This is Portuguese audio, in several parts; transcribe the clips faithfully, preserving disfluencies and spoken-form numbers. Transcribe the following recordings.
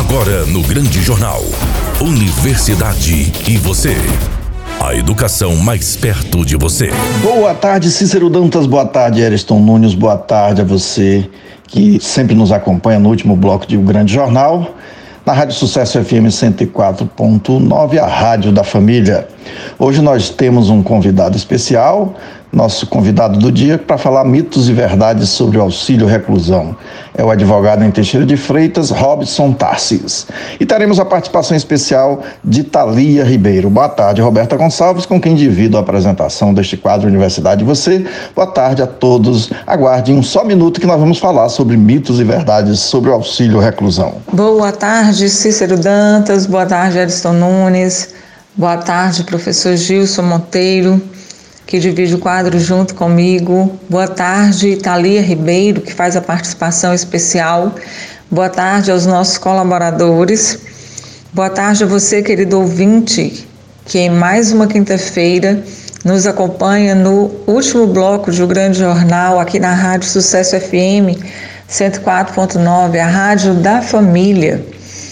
Agora no Grande Jornal, Universidade e você. A educação mais perto de você. Boa tarde, Cícero Dantas. Boa tarde, Ariston Nunes. Boa tarde a você que sempre nos acompanha no último bloco de O Grande Jornal, na Rádio Sucesso F M cento e quatro ponto nove, a rádio da família. Hoje nós temos um convidado especial, nosso convidado do dia, para falar mitos e verdades sobre o auxílio reclusão. É o advogado em Teixeira de Freitas, Robson Tarsis. E teremos a participação especial de Thalia Ribeiro. Boa tarde, Roberta Gonçalves, com quem divido a apresentação deste quadro Universidade e Você. Boa tarde a todos. Aguardem um só minuto que nós vamos falar sobre mitos e verdades sobre o auxílio reclusão. Boa tarde, Cícero Dantas. Boa tarde, Ariston Nunes. Boa tarde, professor Gilson Monteiro, que divide o quadro junto comigo. Boa tarde, Thalia Ribeiro, que faz a participação especial. Boa tarde aos nossos colaboradores. Boa tarde a você, querido ouvinte, que em mais uma quinta-feira nos acompanha no último bloco de O Grande Jornal, aqui na Rádio Sucesso F M cento e quatro ponto nove, a rádio da família.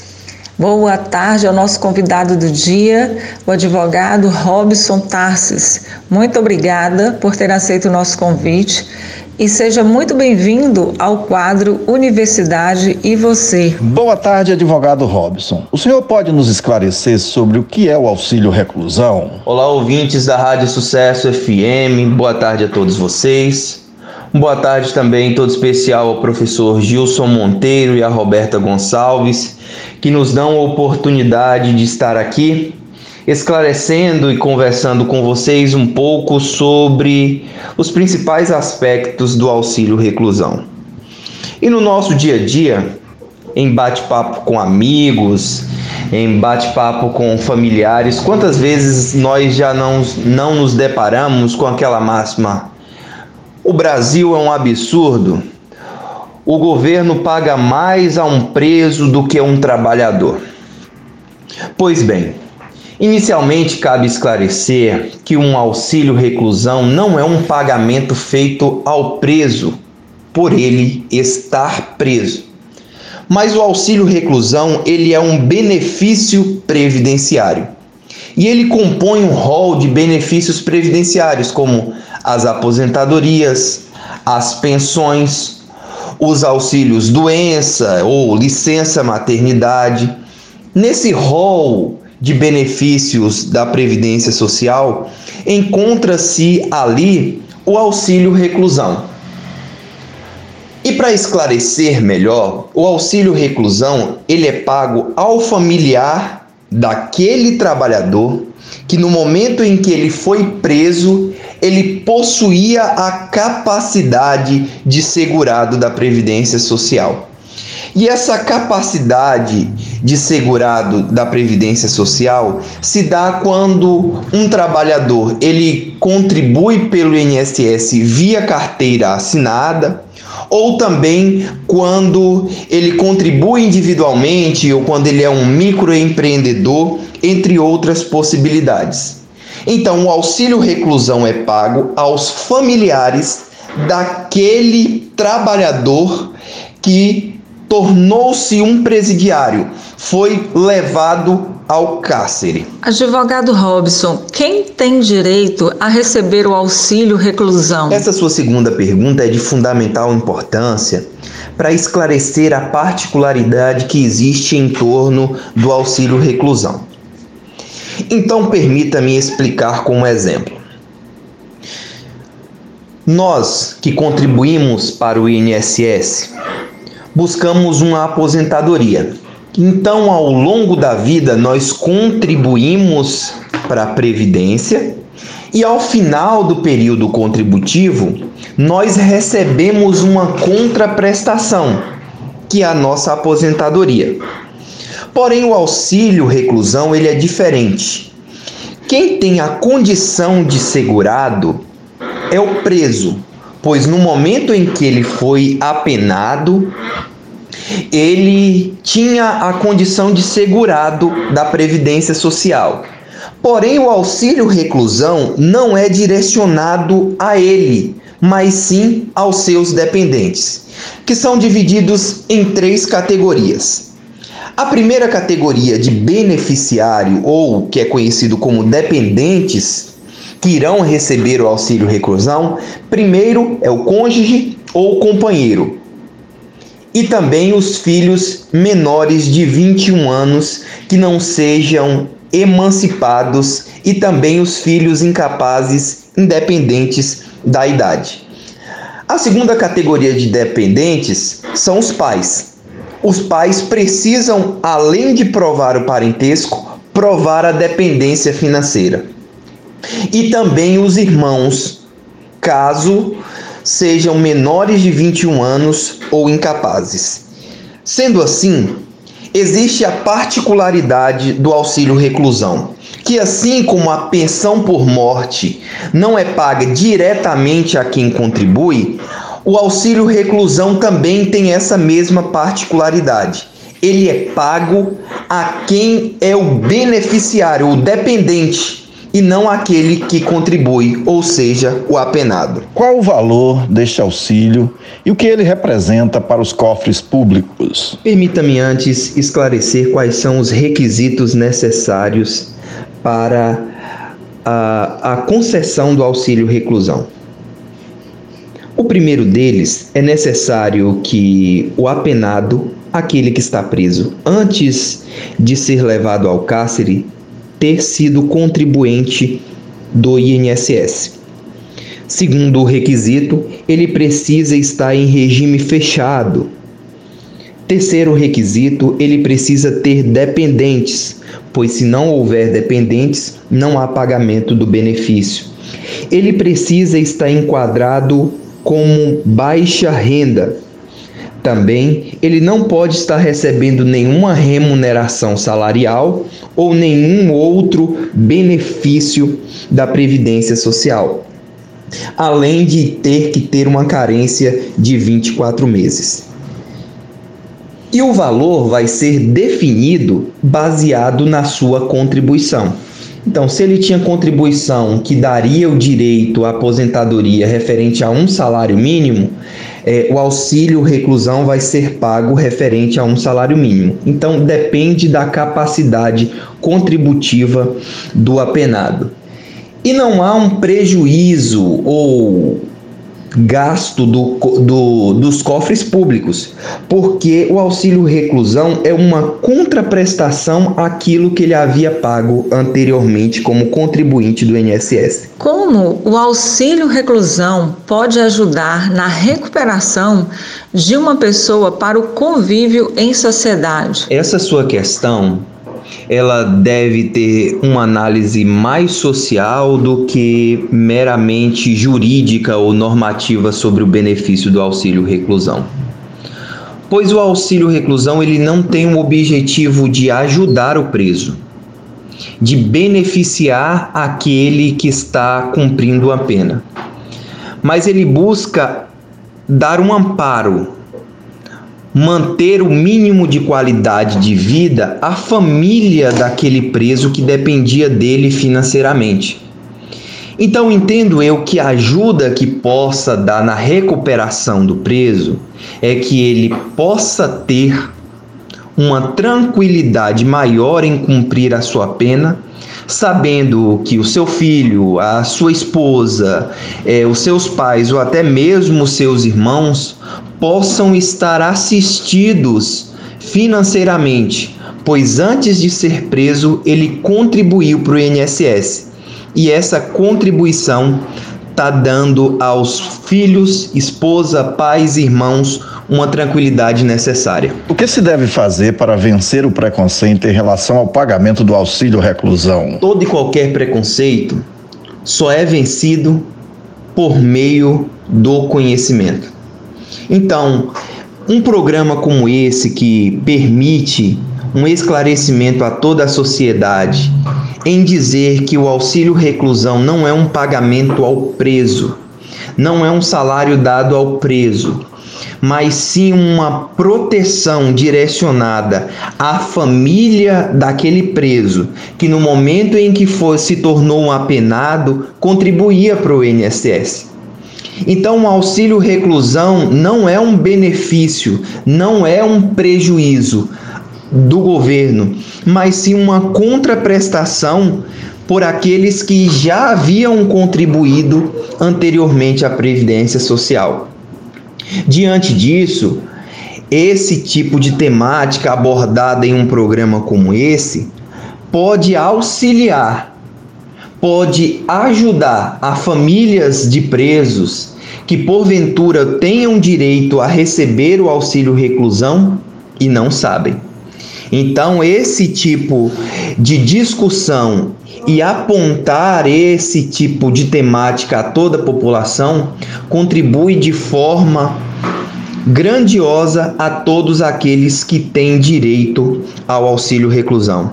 Boa tarde ao nosso convidado do dia, o advogado Robson Tarsis. Muito obrigada por ter aceito o nosso convite e seja muito bem-vindo ao quadro Universidade e Você. Boa tarde, advogado Robson. O senhor pode nos esclarecer sobre o que é o auxílio reclusão? Olá, ouvintes da Rádio Sucesso F M, boa tarde a todos vocês. Boa tarde também, todo especial ao professor Gilson Monteiro e a Roberta Gonçalves, que nos dão a oportunidade de estar aqui esclarecendo e conversando com vocês um pouco sobre os principais aspectos do auxílio reclusão. E no nosso dia a dia, em bate-papo com amigos, em bate-papo com familiares, quantas vezes nós já não, não nos deparamos com aquela máxima: o Brasil é um absurdo, o governo paga mais a um preso do que a um trabalhador. Pois bem, inicialmente cabe esclarecer que um auxílio reclusão não é um pagamento feito ao preso por ele estar preso. Mas o auxílio reclusão, ele é um benefício previdenciário. E ele compõe um rol de benefícios previdenciários, como as aposentadorias, as pensões, os auxílios doença ou licença maternidade. Nesse rol de benefícios da Previdência Social, encontra-se ali o auxílio reclusão. E para esclarecer melhor, o auxílio reclusão, ele é pago ao familiar daquele trabalhador que no momento em que ele foi preso, ele possuía a capacidade de segurado da Previdência Social. E essa capacidade de segurado da Previdência Social se dá quando um trabalhador ele contribui pelo I N S S via carteira assinada, ou também quando ele contribui individualmente ou quando ele é um microempreendedor, entre outras possibilidades. Então, o auxílio reclusão é pago aos familiares daquele trabalhador que tornou-se um presidiário, foi levado ao cárcere. Advogado Robson, quem tem direito a receber o auxílio reclusão? Essa sua segunda pergunta é de fundamental importância para esclarecer a particularidade que existe em torno do auxílio reclusão. Então, permita-me explicar com um exemplo. Nós que contribuímos para o I N S S, buscamos uma aposentadoria. Então, ao longo da vida, nós contribuímos para a Previdência e, ao final do período contributivo, nós recebemos uma contraprestação, que é a nossa aposentadoria. Porém, o auxílio reclusão ele é diferente. Quem tem a condição de segurado é o preso, pois no momento em que ele foi apenado, ele tinha a condição de segurado da Previdência Social. Porém, o auxílio reclusão não é direcionado a ele, mas sim aos seus dependentes, que são divididos em três categorias. A primeira categoria de beneficiário, ou que é conhecido como dependentes, que irão receber o auxílio reclusão, primeiro é o cônjuge ou companheiro, e também os filhos menores de vinte e um anos que não sejam emancipados, e também os filhos incapazes, independentes da idade. A segunda categoria de dependentes são os pais. Os pais precisam, além de provar o parentesco, provar a dependência financeira. E também os irmãos, caso sejam menores de vinte e um anos ou incapazes. Sendo assim, existe a particularidade do auxílio reclusão, que assim como a pensão por morte não é paga diretamente a quem contribui, o auxílio reclusão também tem essa mesma particularidade. Ele é pago a quem é o beneficiário, o dependente, e não aquele que contribui, ou seja, o apenado. Qual o valor deste auxílio e o que ele representa para os cofres públicos? Permita-me antes esclarecer quais são os requisitos necessários para a, a concessão do auxílio reclusão. O primeiro deles é necessário que o apenado, aquele que está preso, antes de ser levado ao cárcere, ter sido contribuinte do I N S S. Segundo o requisito, ele precisa estar em regime fechado. Terceiro requisito, ele precisa ter dependentes, pois se não houver dependentes, não há pagamento do benefício. Ele precisa estar enquadrado como baixa renda. Também, ele não pode estar recebendo nenhuma remuneração salarial ou nenhum outro benefício da Previdência Social, além de ter que ter uma carência de vinte e quatro meses. E o valor vai ser definido baseado na sua contribuição. Então, se ele tinha contribuição que daria o direito à aposentadoria referente a um salário mínimo, é, o auxílio reclusão vai ser pago referente a um salário mínimo. Então, depende da capacidade contributiva do apenado. E não há um prejuízo ou gasto do, do, dos cofres públicos, porque o auxílio reclusão é uma contraprestação àquilo que ele havia pago anteriormente como contribuinte do I N S S. Como o auxílio reclusão pode ajudar na recuperação de uma pessoa para o convívio em sociedade? Essa sua questão, ela deve ter uma análise mais social do que meramente jurídica ou normativa sobre o benefício do auxílio reclusão. Pois o auxílio reclusão ele não tem o objetivo de ajudar o preso, de beneficiar aquele que está cumprindo a pena, mas ele busca dar um amparo, manter o mínimo de qualidade de vida à família daquele preso que dependia dele financeiramente. Então entendo eu que a ajuda que possa dar na recuperação do preso é que ele possa ter uma tranquilidade maior em cumprir a sua pena, sabendo que o seu filho, a sua esposa, eh, os seus pais ou até mesmo os seus irmãos possam estar assistidos financeiramente, pois antes de ser preso ele contribuiu para o I N S S e essa contribuição está dando aos filhos, esposa, pais e irmãos uma tranquilidade necessária. O que se deve fazer para vencer o preconceito em relação ao pagamento do auxílio reclusão? Todo e qualquer preconceito só é vencido por meio do conhecimento. Então, um programa como esse que permite um esclarecimento a toda a sociedade em dizer que o auxílio reclusão não é um pagamento ao preso, não é um salário dado ao preso, mas sim uma proteção direcionada à família daquele preso, que no momento em que foi, se tornou um apenado, contribuía para o I N S S. Então, o auxílio reclusão não é um benefício, não é um prejuízo. do governo, mas sim uma contraprestação por aqueles que já haviam contribuído anteriormente à Previdência Social. Diante disso, esse tipo de temática abordada em um programa como esse pode auxiliar, pode ajudar a famílias de presos que porventura tenham direito a receber o auxílio reclusão e não sabem. Então, esse tipo de discussão e apontar esse tipo de temática a toda a população contribui de forma grandiosa a todos aqueles que têm direito ao auxílio reclusão.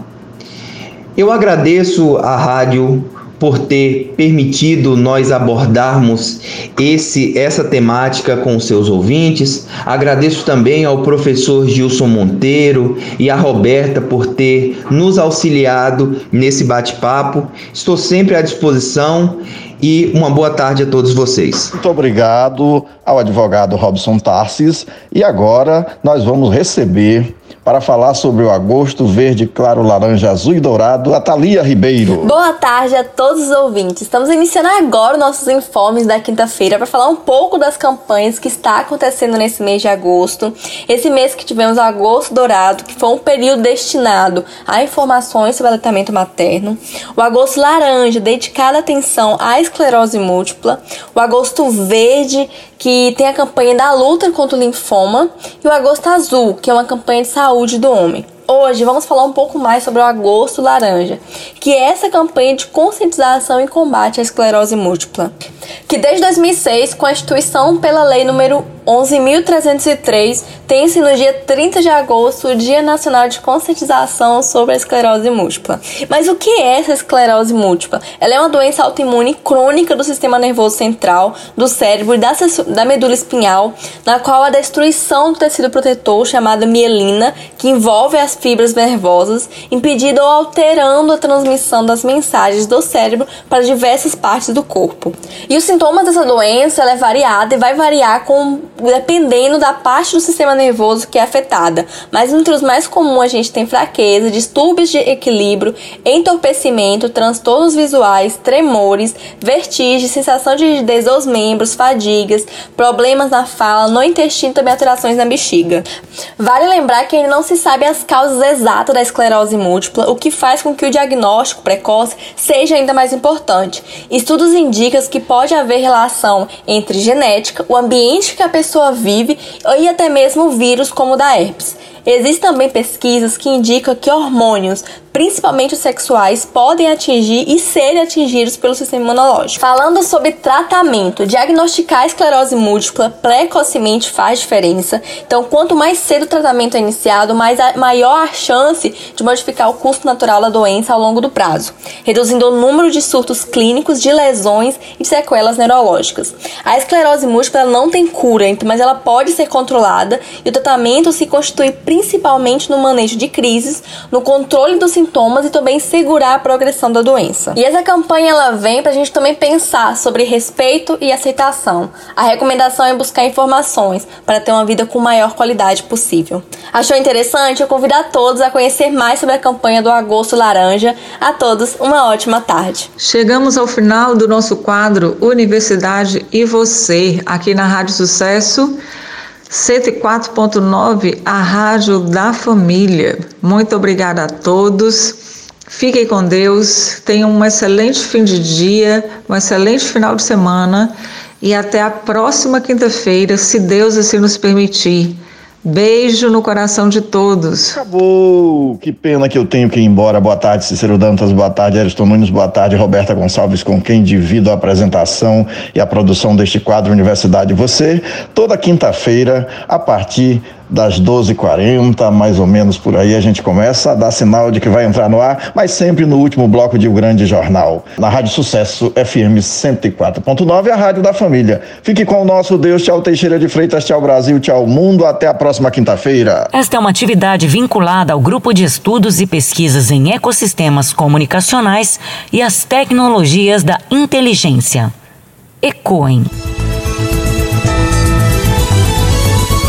Eu agradeço à rádio por ter permitido nós abordarmos esse, essa temática com os seus ouvintes. Agradeço também ao professor Gilson Monteiro e à Roberta por ter nos auxiliado nesse bate-papo. Estou sempre à disposição e uma boa tarde a todos vocês. Muito obrigado ao advogado Robson Tarsis. E agora nós vamos receber, para falar sobre o agosto verde, claro, laranja, azul e dourado, a Thalia Ribeiro. Boa tarde a todos os ouvintes. Estamos iniciando agora nossos informes da quinta-feira para falar um pouco das campanhas que está acontecendo nesse mês de agosto. Esse mês que tivemos o agosto dourado, que foi um período destinado a informações sobre aleitamento materno. O agosto laranja, dedicado à atenção à esclerose múltipla. O agosto verde, que tem a campanha da luta contra o linfoma. E o agosto azul, que é uma campanha de saúde do homem. Hoje vamos falar um pouco mais sobre o agosto laranja, que é essa campanha de conscientização e combate à esclerose múltipla, que desde dois mil e seis, com a instituição pela lei número onze mil trezentos e três, tem-se no dia trinta de agosto o Dia Nacional de Conscientização sobre a Esclerose Múltipla. Mas o que é essa esclerose múltipla? Ela é uma doença autoimune crônica do sistema nervoso central, do cérebro e da, da medula espinhal, na qual a destruição do tecido protetor, chamada mielina, que envolve as fibras nervosas, impedindo ou alterando a transmissão das mensagens do cérebro para diversas partes do corpo. E os sintomas dessa doença ela é variada e vai variar com, dependendo da parte do sistema nervoso que é afetada. Mas entre os mais comuns a gente tem fraqueza, distúrbios de equilíbrio, entorpecimento, transtornos visuais, tremores, vertigem, sensação de rigidez dos membros, fadigas, problemas na fala, no intestino e também alterações na bexiga. Vale lembrar que ainda não se sabe as causas exatas da esclerose múltipla, o que faz com que o diagnóstico precoce seja ainda mais importante. Estudos indicam que pode haver relação entre genética, o ambiente que a pessoa vive e até mesmo vírus como o da herpes. Existem também pesquisas que indicam que hormônios, principalmente os sexuais, podem atingir e serem atingidos pelo sistema imunológico. Falando sobre tratamento, diagnosticar a esclerose múltipla precocemente faz diferença. Então, quanto mais cedo o tratamento é iniciado, mais a, maior a chance de modificar o curso natural da doença ao longo do prazo, reduzindo o número de surtos clínicos, de lesões e de sequelas neurológicas. A esclerose múltipla não tem cura, mas ela pode ser controlada e o tratamento se constitui principalmente no manejo de crises, no controle dos sintomas e também segurar a progressão da doença. E essa campanha ela vem para a gente também pensar sobre respeito e aceitação. A recomendação é buscar informações para ter uma vida com maior qualidade possível. Achou interessante? Eu convido a todos a conhecer mais sobre a campanha do Agosto Laranja. A todos, uma ótima tarde. Chegamos ao final do nosso quadro Universidade e Você, aqui na Rádio Sucesso cento e quatro ponto nove, a Rádio da Família. Muito obrigada a todos. Fiquem com Deus. Tenham um excelente fim de dia, um excelente final de semana e até a próxima quinta-feira, se Deus assim nos permitir. Beijo no coração de todos. Acabou! Que pena que eu tenho que ir embora. Boa tarde, Cícero Dantas. Boa tarde, Ariston Nunes. Boa tarde, Roberta Gonçalves, com quem divido a apresentação e a produção deste quadro Universidade Você, toda quinta-feira, a partir das doze e quarenta, mais ou menos por aí, a gente começa a dar sinal de que vai entrar no ar, mas sempre no último bloco de O Grande Jornal, na Rádio Sucesso F M cento e quatro ponto nove, a Rádio da Família. Fique com o nosso Deus. Tchau, Teixeira de Freitas. Tchau, Brasil. Tchau, mundo. Até a próxima quinta-feira. Esta é uma atividade vinculada ao Grupo de Estudos e Pesquisas em Ecossistemas Comunicacionais e as Tecnologias da Inteligência. ECOEM.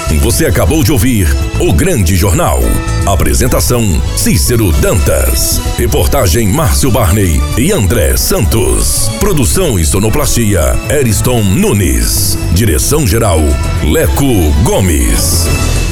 Você acabou de ouvir O Grande Jornal. Apresentação: Cícero Dantas. Reportagem: Márcio Barney e André Santos. Produção e sonoplastia: Ariston Nunes. Direção-geral: Leco Gomes.